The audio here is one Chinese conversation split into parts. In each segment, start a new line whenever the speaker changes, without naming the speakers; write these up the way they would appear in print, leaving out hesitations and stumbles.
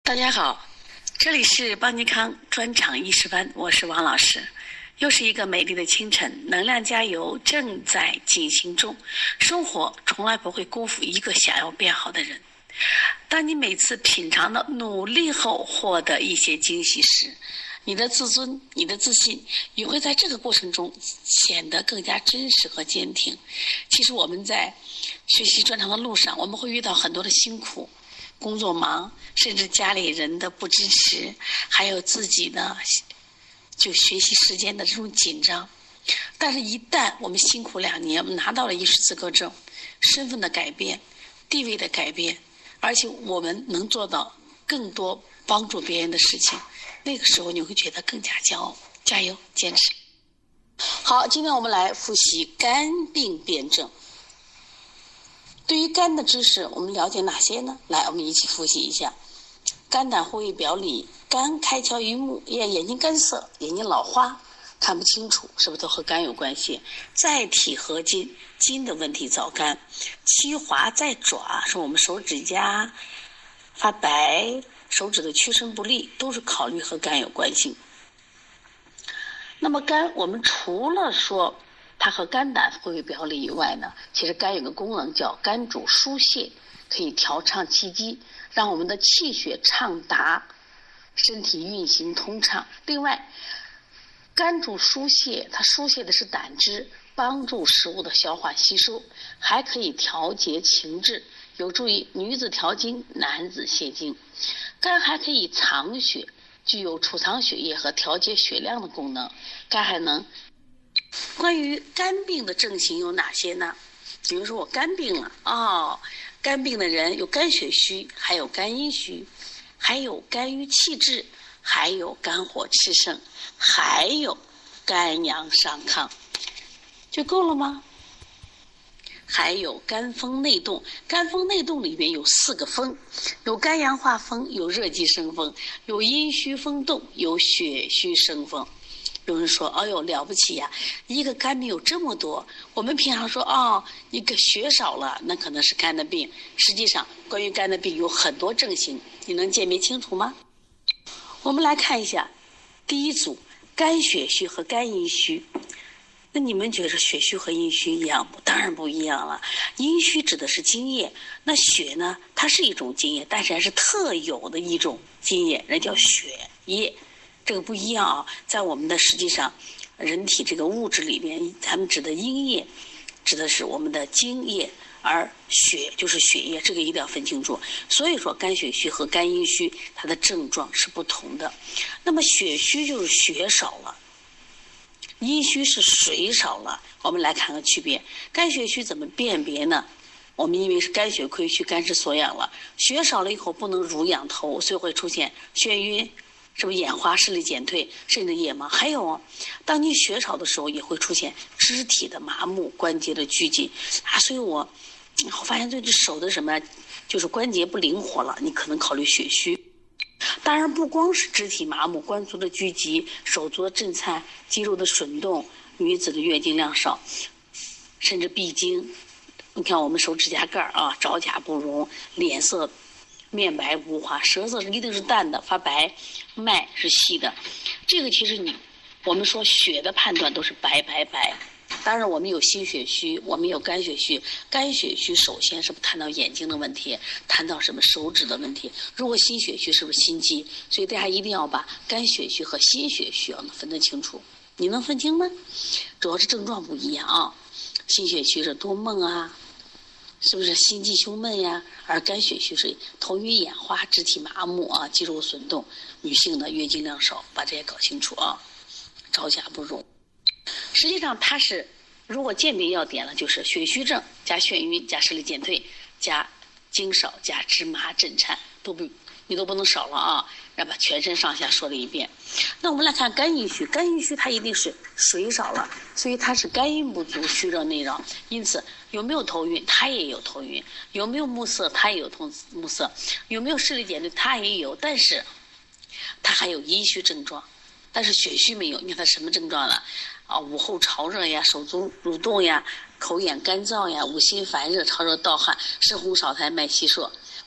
大家好，这里是邦尼康专场医师班，我是王老师。又是一个美丽的清晨，能量加油正在进行中。生活从来不会辜负一个想要变好的人。当你每次品尝到努力后获得一些惊喜时，你的自尊、你的自信也会在这个过程中显得更加真实和坚挺。其实我们在学习专长的路上，我们会遇到很多的辛苦，工作忙，甚至家里人的不支持，还有自己的就学习时间的这种紧张。但是一旦我们辛苦2年，我们拿到了医师资格证，身份的改变，地位的改变，而且我们能做到更多帮助别人的事情，那个时候你会觉得更加骄傲。加油，坚持。好，今天我们来复习肝病辩证。对于肝的知识，我们了解哪些呢？来，我们一起复习一下。肝胆互为表里，肝开窍于目，眼睛干涩，眼睛老花，看不清楚，是不是都和肝有关系？在体合筋，筋的问题找肝。七滑在爪，是我们手指甲发白，手指的屈伸不利，都是考虑和肝有关系。那么肝，我们除了说它和肝胆互为表里以外呢，其实肝有个功能叫肝主疏泄，可以调畅气机，让我们的气血畅达，身体运行通畅。另外，肝主疏泄，它疏泄的是胆汁，帮助食物的消化吸收，还可以调节情志，有助于女子调经，男子泄精。肝还可以藏血，具有储藏血液和调节血量的功能。肝还能关于肝病的症型有哪些呢？比如说我肝病了，肝病的人有肝血虚，还有肝阴虚，还有肝郁气滞，还有肝火炽盛，还有肝阳上亢，就够了吗？还有肝风内动，肝风内动里面有4个风，有肝阳化风，有热极生风，有阴虚风动，有血虚生风。有人说，哎呦了不起呀，一个肝病有这么多。我们平常说，一个血少了，那可能是肝的病。实际上，关于肝的病有很多症型，你能鉴别清楚吗？我们来看一下，第一组，肝血虚和肝阴虚。那你们觉得血虚和阴虚一样不？当然不一样了。阴虚指的是津液，那血呢？它是一种津液，但是还是特有的一种津液，人叫血液。这个不一样啊，在我们的实际上人体这个物质里面，咱们指的阴液指的是我们的津液，而血就是血液，这个一定要分清楚。所以说肝血虚和肝阴虚它的症状是不同的。那么血虚就是血少了，阴虚是水少了。我们来看个区别。肝血虚怎么辨别呢？我们因为是肝血亏虚，肝失所养了，血少了以后不能濡养头，所以会出现眩晕，是不是眼花、视力减退，甚至夜盲？还有当你血少的时候，也会出现肢体的麻木、关节的拘紧所以我发现这手的什么，就是关节不灵活了，你可能考虑血虚。当然不光是肢体麻木、关节的拘急、手足的震颤、肌肉的损动，女子的月经量少，甚至闭经。你看我们手指甲盖招甲不容，脸色面白无华，舌色一定是淡的发白，脉是细的。这个其实我们说血的判断都是白白白。当然我们有心血虚，我们有肝血虚。肝血虚首先是不谈到眼睛的问题，谈到什么手指的问题。如果心血虚是不是心悸？所以大家一定要把肝血虚和心血虚要分得清楚。你能分清吗？主要是症状不一样心血虚是多梦是不是心悸胸闷呀？而肝血虚是头晕眼花、肢体麻木肌肉损动，女性的月经量少，把这些搞清楚招甲不容。实际上它是如果鉴别要点了，就是血虚症加眩晕加视力减退加经少加肢麻震颤，你都不能少了要把全身上下说了一遍。那我们来看肝阴虚，肝阴虚它一定是水少了，所以它是肝阴不足，虚热内扰。因此有没有头晕？它也有头晕。有没有目涩？它也有目涩。有没有视力减退？它也有，但是它还有阴虚症状，但是血虚没有。你看它什么症状了午后潮热呀，手足蠕动呀，口眼干燥呀，五心烦热，潮热盗汗，湿红少苔，脉细数，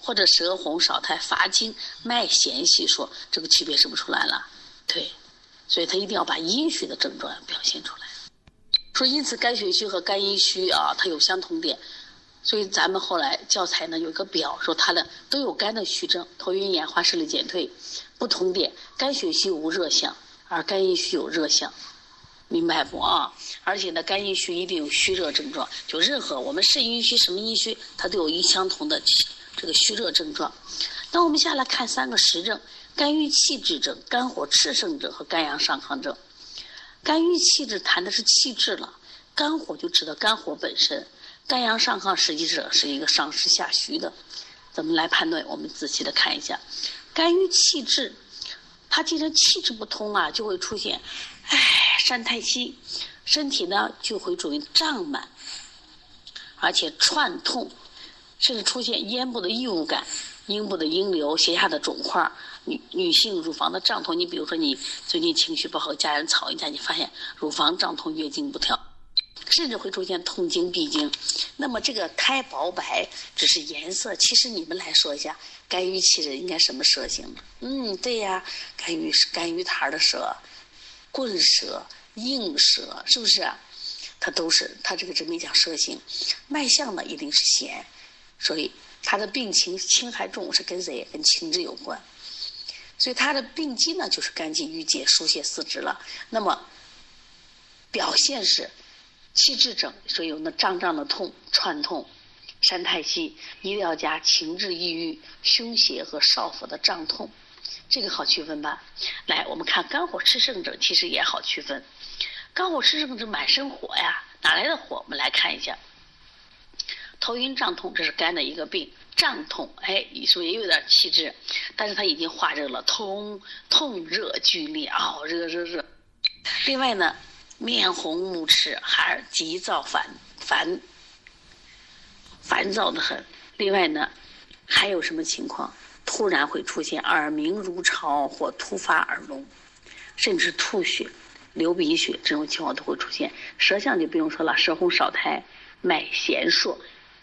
或者舌红少苔乏精脉弦细数，这个区别是不是出来了？对，所以他一定要把阴虚的症状表现出来。说因此肝血虚和肝阴虚啊，它有相同点，所以咱们后来教材呢有一个表，说它的都有肝的虚症，头晕眼花视力减退，不同点，肝血虚无热象，而肝阴虚有热象，明白不啊？而且呢，肝阴虚一定有虚热症状，就任何我们是阴虚什么阴虚，它都有一相同的这个虚热症状。那我们下来看3个实症：肝郁气滞症、肝火炽盛症和肝阳上亢症。肝郁气滞谈的是气滞了，肝火就指的肝火本身，肝阳上亢实际上是一个上实下虚的。怎么来判断？我们仔细的看一下，肝郁气滞，它既然气滞不通啊，就会出现潸太息，身体呢就会处于胀满，而且串痛，甚至出现咽部的异物感、阴部的阴流、胁下的肿块、女性乳房的胀痛。你比如说你最近情绪不好，家人吵一架，你发现乳房胀痛、月经不调，甚至会出现痛经、闭经。那么这个苔薄白只是颜色，其实你们来说一下，肝郁气滞应该什么舌型呢？对呀，肝郁苔的舌、棍舌、硬舌，是不是？它都是，它这个只没讲舌型。脉象呢一定是弦，所以它的病情轻还重是跟谁？跟情志有关。所以它的病机呢就是肝气郁结、疏泄四肢了。那么表现是气滞症，所以有那胀胀的痛、串痛、潸太息，一定要加情志抑郁、胸胁和少腹的胀痛，这个好区分吧？来，我们看肝火炽盛症，其实也好区分。肝火炽盛症满身火呀，哪来的火？我们来看一下，头晕胀痛，这是肝的一个病，胀痛，是不是也有点气滞？但是它已经化热了，痛热剧烈啊，热。另外呢，面红目赤，还急躁烦躁的很。另外呢，还有什么情况？突然会出现耳鸣如潮或突发耳聋，甚至吐血、流鼻血，这种情况都会出现。舌象就不用说了，舌红少苔，脉弦数。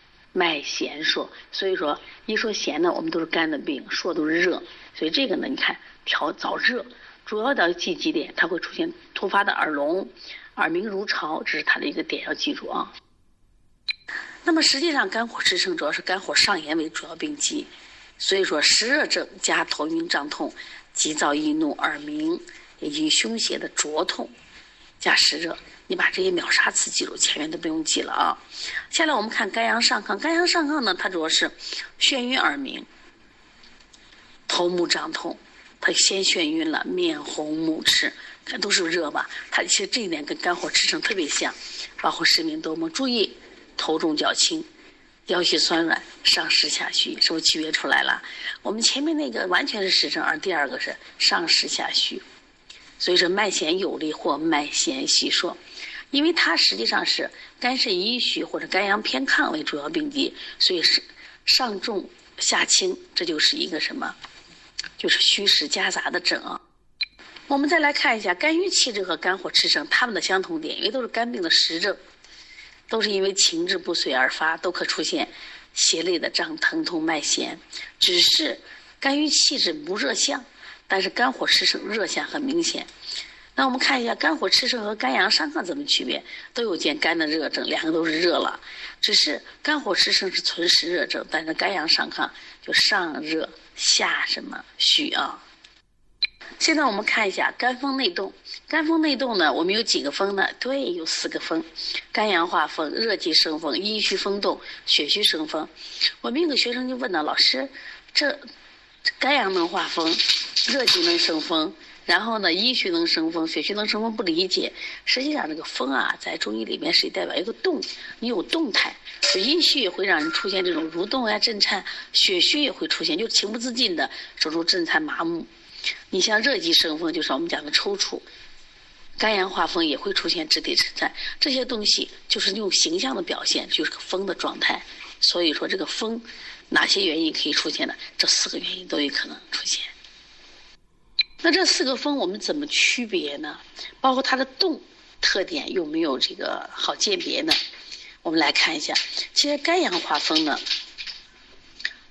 所以说一说弦呢，我们都是肝的病，数都是热，所以这个呢，你看早热，主要的记几点，它会出现突发的耳聋、耳鸣如潮，这是它的一个点，要记住啊。那么实际上肝火炽盛主要是肝火上炎为主要病机，所以说湿热症加头晕胀痛、急躁易怒、耳鸣以及胸胁的灼痛加湿热，你把这些秒杀词记住，前面都不用记了啊。下来我们看肝阳上亢，肝阳上亢呢，它主要是眩晕耳鸣、头目胀痛，它先眩晕了，面红目赤，看都是热吧？它其实这一点跟肝火炽盛特别像，包括失眠多梦。注意，头重脚轻，腰膝酸软，上实下虚，是不是区别出来了？我们前面那个完全是实症，而第二个是上实下虚。所以说脉弦有力或脉弦细数，因为它实际上是肝肾阴虚或者肝阳偏亢为主要病机，所以是上重下轻，这就是一个什么？就是虚实夹杂的症啊。我们再来看一下肝郁气滞和肝火炽盛，它们的相同点，因为都是肝病的实症，都是因为情志不遂而发，都可出现胁肋的胀疼痛脉弦，只是肝郁气滞无热象，但是肝火炽盛热象很明显。那我们看一下肝火炽盛和肝阳上亢怎么区别？都有见肝的热症，两个都是热了，只是肝火炽盛是纯实热症，但是肝阳上亢就上热下什么虚啊。现在我们看一下肝风内动。肝风内动呢，我们有几个风呢？对，有4个风：肝阳化风、热极生风、阴虚风动、血虚生风。我们有个学生就问了，老师，这肝阳能化风，热极能生风，然后呢，阴虚能生风，血虚能生风，不理解。实际上这个风啊，在中医里面是代表一个动，你有动态，所以阴虚也会让人出现这种蠕动呀、震颤，血虚也会出现，就情不自禁的手足震颤麻木。你像热极生风，就是我们讲的抽搐，肝阳化风也会出现肢体震颤，这些东西就是用形象的表现，就是个风的状态。所以说这个风哪些原因可以出现呢？这4个原因都有可能出现。那这4个风我们怎么区别呢？包括它的动特点有没有这个好鉴别呢？我们来看一下，其实肝阳化风呢，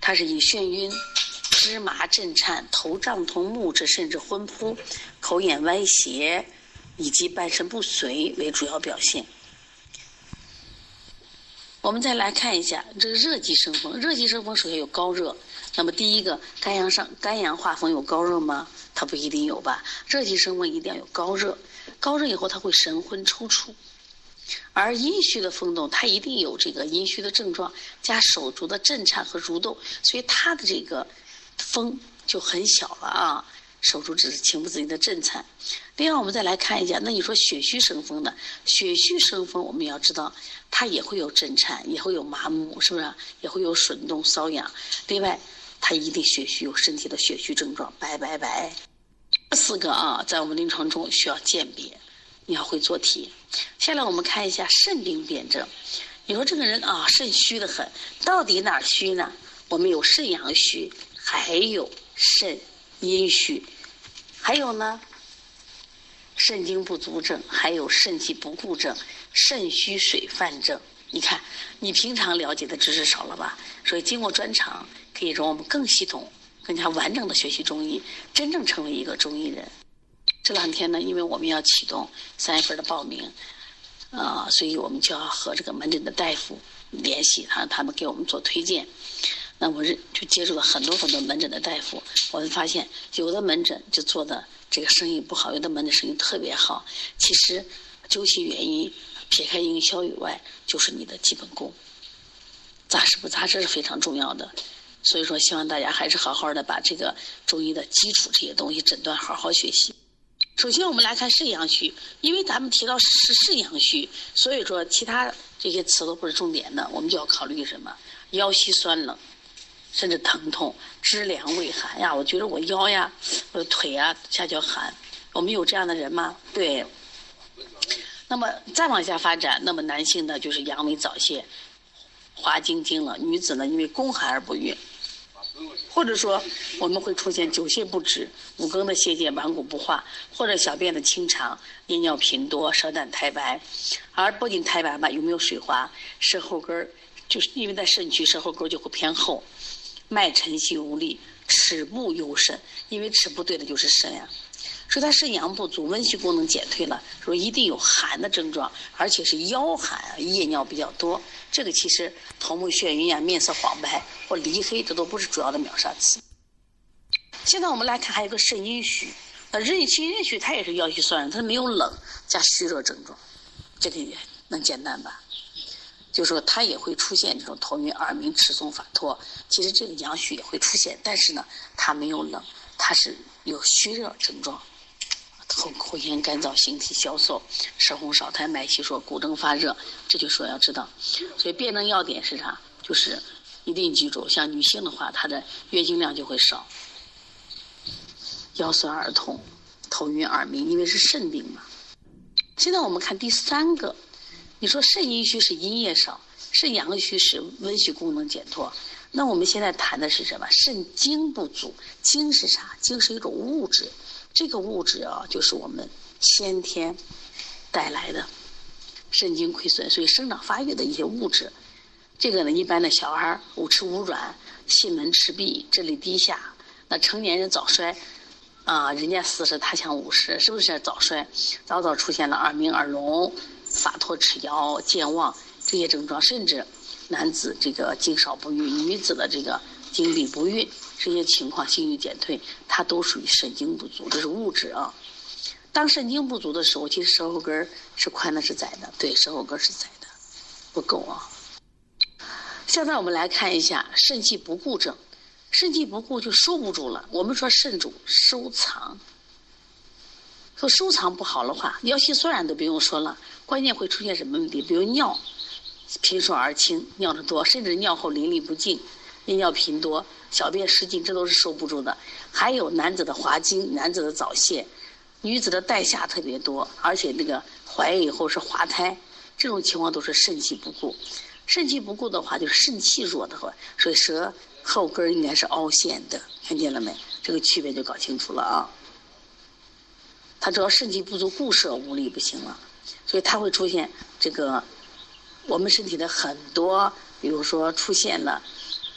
它是以眩晕、肢麻震颤、头胀痛、目赤甚至昏扑、口眼歪斜以及半身不遂为主要表现。我们再来看一下这个热极生风。热极生风首先有高热，那么第一个肝阳化风有高热吗？它不一定有吧。热极生风一定要有高热，高热以后它会神昏抽搐。而阴虚的风动，它一定有这个阴虚的症状，加手足的震颤和蠕动，所以它的这个风就很小了啊，手足只是情不自禁的震颤。另外我们再来看一下，那你说血虚生风的，血虚生风我们要知道它也会有震颤，也会有麻木，是不是也会有吮动瘙痒。另外它一定血虚，有身体的血虚症状，白。这4个啊，在我们临床中需要鉴别，你要会做题。下来我们看一下肾病辨证。你说这个人啊，肾虚得很，到底哪儿虚呢？我们有肾阳虚，还有肾阴虚，还有呢肾精不足症，还有肾气不固症，肾虚水泛症。你看你平常了解的知识少了吧，所以经过专场可以让我们更系统更加完整的学习中医，真正成为一个中医人。这2天呢，因为我们要启动3月份的报名，所以我们就要和这个门诊的大夫联系，让他们给我们做推荐。那我就接触了很多门诊的大夫，我们发现有的门诊就做的这个生意不好，有的门诊生意特别好。其实究其原因，撇开营销以外，就是你的基本功扎实不扎实是非常重要的。所以说希望大家还是好好的把这个中医的基础这些东西诊断好好学习。首先我们来看肾阳虚，因为咱们提到是肾阳虚，所以说其他这些词都不是重点的，我们就要考虑什么？腰膝酸冷，甚至疼痛，肢凉畏寒呀，我觉得我腰呀，我的腿啊下焦寒。我们有这样的人吗？对。那么再往下发展，那么男性的就是阳痿早泄、滑精经了，女子呢因为宫寒而不孕，或者说我们会出现久泻不止、五更的泄泻、顽固不化，或者小便的清长、夜尿频多、舌淡苔白。而不仅苔白吧，有没有水滑？舌后根就是因为在肾区，舌后根就会偏厚，脉沉细无力，齿部忧肾，因为齿部对的就是肾呀。说它肾阳不足，温煦功能减退了，说一定有寒的症状，而且是腰寒啊，夜尿比较多。这个其实头目眩晕呀、面色黄白或离黑，这都不是主要的秒杀词。现在我们来看，还有个肾阴虚，肾阴虚它也是腰膝酸冷，它没有冷加虚热症状，这个也能简单吧？就是说它也会出现这种头晕、耳鸣、齿松、法脱，其实这个阳虚也会出现，但是呢，它没有冷，它是有虚热症状。口咽干燥，形体消瘦，舌红少苔，脉细数，骨正发热，这就说要知道。所以辨证要点是啥？就是一定记住，像女性的话，她的月经量就会少，腰酸耳痛，头晕耳鸣，因为是肾病嘛。现在我们看第3个，你说肾阴虚是阴液少，肾阳虚是温煦功能减退。那我们现在谈的是什么？肾精不足。精是啥？精是一种物质，这个物质啊，就是我们先天带来的肾精亏损，所以生长发育的一些物质。这个呢，一般的小孩五迟五软，囟门赤闭，智力低下。那成年人早衰啊，人家40，他像50，是不是早衰？早出现了耳鸣、耳聋、发脱齿摇、健忘这些症状，甚至男子这个经少不孕，女子的这个经闭不孕，这些情况性欲减退，它都属于肾精不足，这是物质啊。当肾精不足的时候，其实舌后根是宽的是窄的，对，舌后根是窄的，不够啊。现在我们来看一下肾气不固症，肾气不固就收不住了。我们说肾主收藏，说收藏不好的话，腰膝酸软都不用说了，关键会出现什么问题？比如尿频数而轻，尿得多，甚至尿后淋漓不尽，夜尿频多，小便失禁，这都是收不住的。还有男子的滑精，男子的早泄，女子的带下特别多，而且那个怀孕以后是滑胎，这种情况都是肾气不固。肾气不固的话，就是肾气弱的话，所以舌后根应该是凹陷的，看见了没？这个区别就搞清楚了啊。它主要肾气不足，固摄无力不行了，所以它会出现这个我们身体的很多，比如说出现了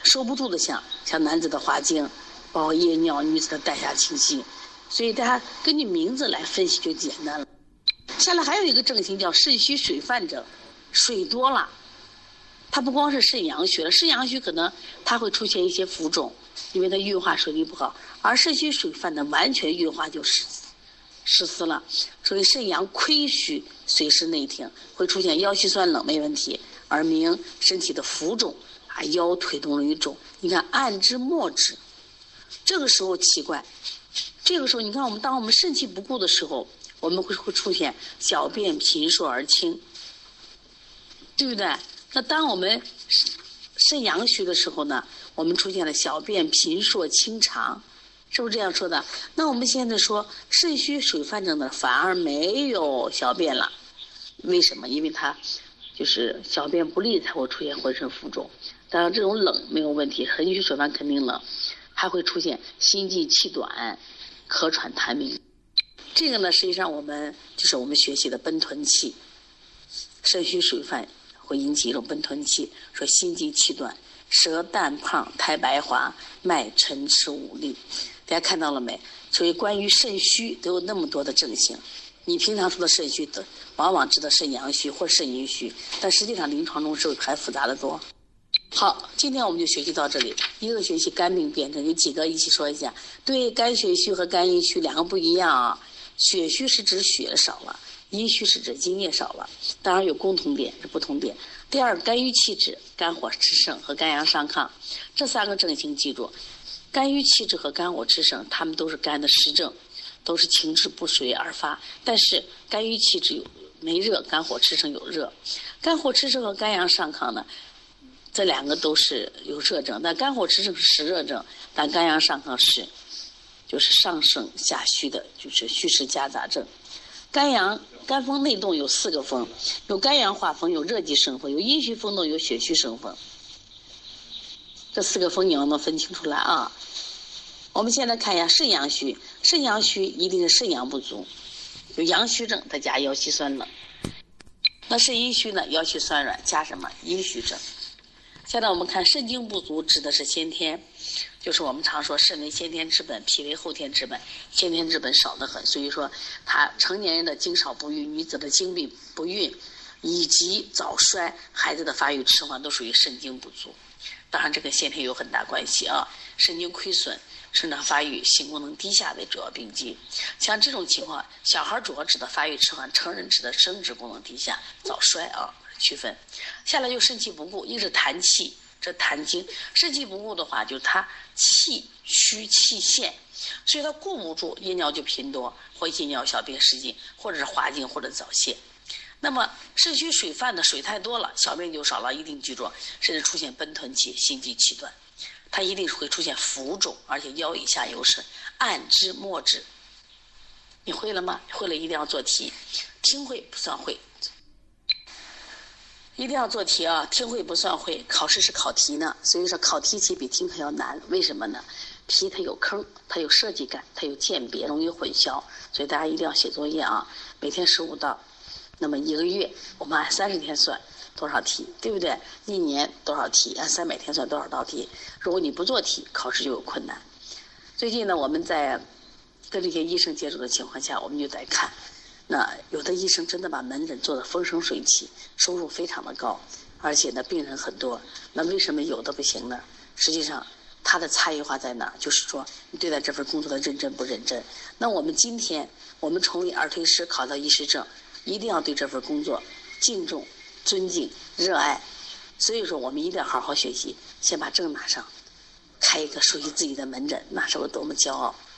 收不住的像男子的滑精，包括夜尿，女子的带下清晰。所以大家根据名字来分析就简单了。下来还有一个症型叫肾虚水泛症，水多了，它不光是肾阳虚了，肾阳虚可能它会出现一些浮肿，因为它运化水力不好，而肾虚水泛的完全运化就失司了，所以肾阳亏虚，随时内停，会出现腰膝酸冷没问题，耳鸣，身体的浮肿啊，腰腿都容易肿。你看按之末止，这个时候奇怪，这个时候你看当我们肾气不固的时候，我们会出现小便频数而清，对不对？那当我们肾阳虚的时候呢，我们出现了小便频数清长，是不是这样说的？那我们现在说肾虚水泛症的反而没有小便了，为什么？因为它就是小便不利才会出现浑身浮肿。当然这种冷没有问题，肾虚水泛肯定冷，还会出现心悸气短、咳喘痰鸣。这个呢，实际上我们学习的奔豚气，肾虚水泛会引起一种奔豚气，说心悸气短、舌淡胖、苔白滑、脉沉迟无力。大家看到了没？所以关于肾虚都有那么多的症型。你平常说的肾虚的，往往指的肾阳虚或肾阴虚，但实际上临床中是还复杂的多。好，今天我们就学习到这里。一个学习肝病辨证，有几个一起说一下。对，肝血虚和肝阴虚两个不一样啊。血虚是指血少了，阴虚是指津液少了，当然有共同点是不同点。第二，肝郁气滞、肝火炽盛和肝阳上亢，这三个症型记住。肝郁气滞和肝火炽盛，它们都是肝的实症，都是情志不遂而发。但是肝郁气滞有没热，肝火炽盛有热。肝火炽盛和肝阳上亢呢，这两个都是有热症，但肝火炽盛是实热症，但肝阳上亢就是上盛下虚的，就是虚实夹杂症。肝风内动有4个风，有肝阳化风，有热极生风，有阴虚风动，有血虚生风。这4个风你要能分清楚来啊。我们现在看一下肾阳虚，肾阳虚一定是肾阳不足，有阳虚症再加腰膝酸冷。那肾阴虚呢，腰膝酸软加什么？阴虚症。现在我们看肾精不足指的是先天，就是我们常说肾为先天之本，脾为后天之本，先天之本少得很。所以说他成年人的精少不育，女子的精闭不孕，以及早衰，孩子的发育迟缓都属于肾精不足。当然这跟先天有很大关系啊，肾精亏损，生长发育性功能低下为主要病机。像这种情况，小孩主要指的发育迟缓，成人指的生殖功能低下、早衰啊，区分。下来就肾气不固，一是痰气，这痰经，肾气不固的话，就是它气虚气陷，所以它固不住，夜尿就频多，或夜尿小便失禁，或者是滑精，或者早泄。那么肾虚水泛的水太多了，小便就少了，一定记住，甚至出现奔豚气、心悸气短，它一定会出现浮肿，而且腰以下有损，按之末止。你会了吗？会了一定要做题，听会不算会，一定要做题啊！听会不算会，考试是考题呢，所以说考题其实比听课要难。为什么呢？题它有坑，它有设计感，它有鉴别，容易混淆，所以大家一定要写作业啊！每天15道，那么1个月我们按30天算多少题，对不对？1年多少题？按300天算多少道题？如果你不做题，考试就有困难。最近呢，我们在跟这些医生接触的情况下，我们就在看。那有的医生真的把门诊做得风生水起，收入非常的高，而且呢病人很多。那为什么有的不行呢？实际上它的差异化在哪儿？就是说你对待这份工作的认真不认真。那我们今天我们成为儿推师，考到医师证，一定要对这份工作敬重、尊敬、热爱。所以说我们一定要好好学习，先把证拿上，开一个属于自己的门诊，那时候多么骄傲。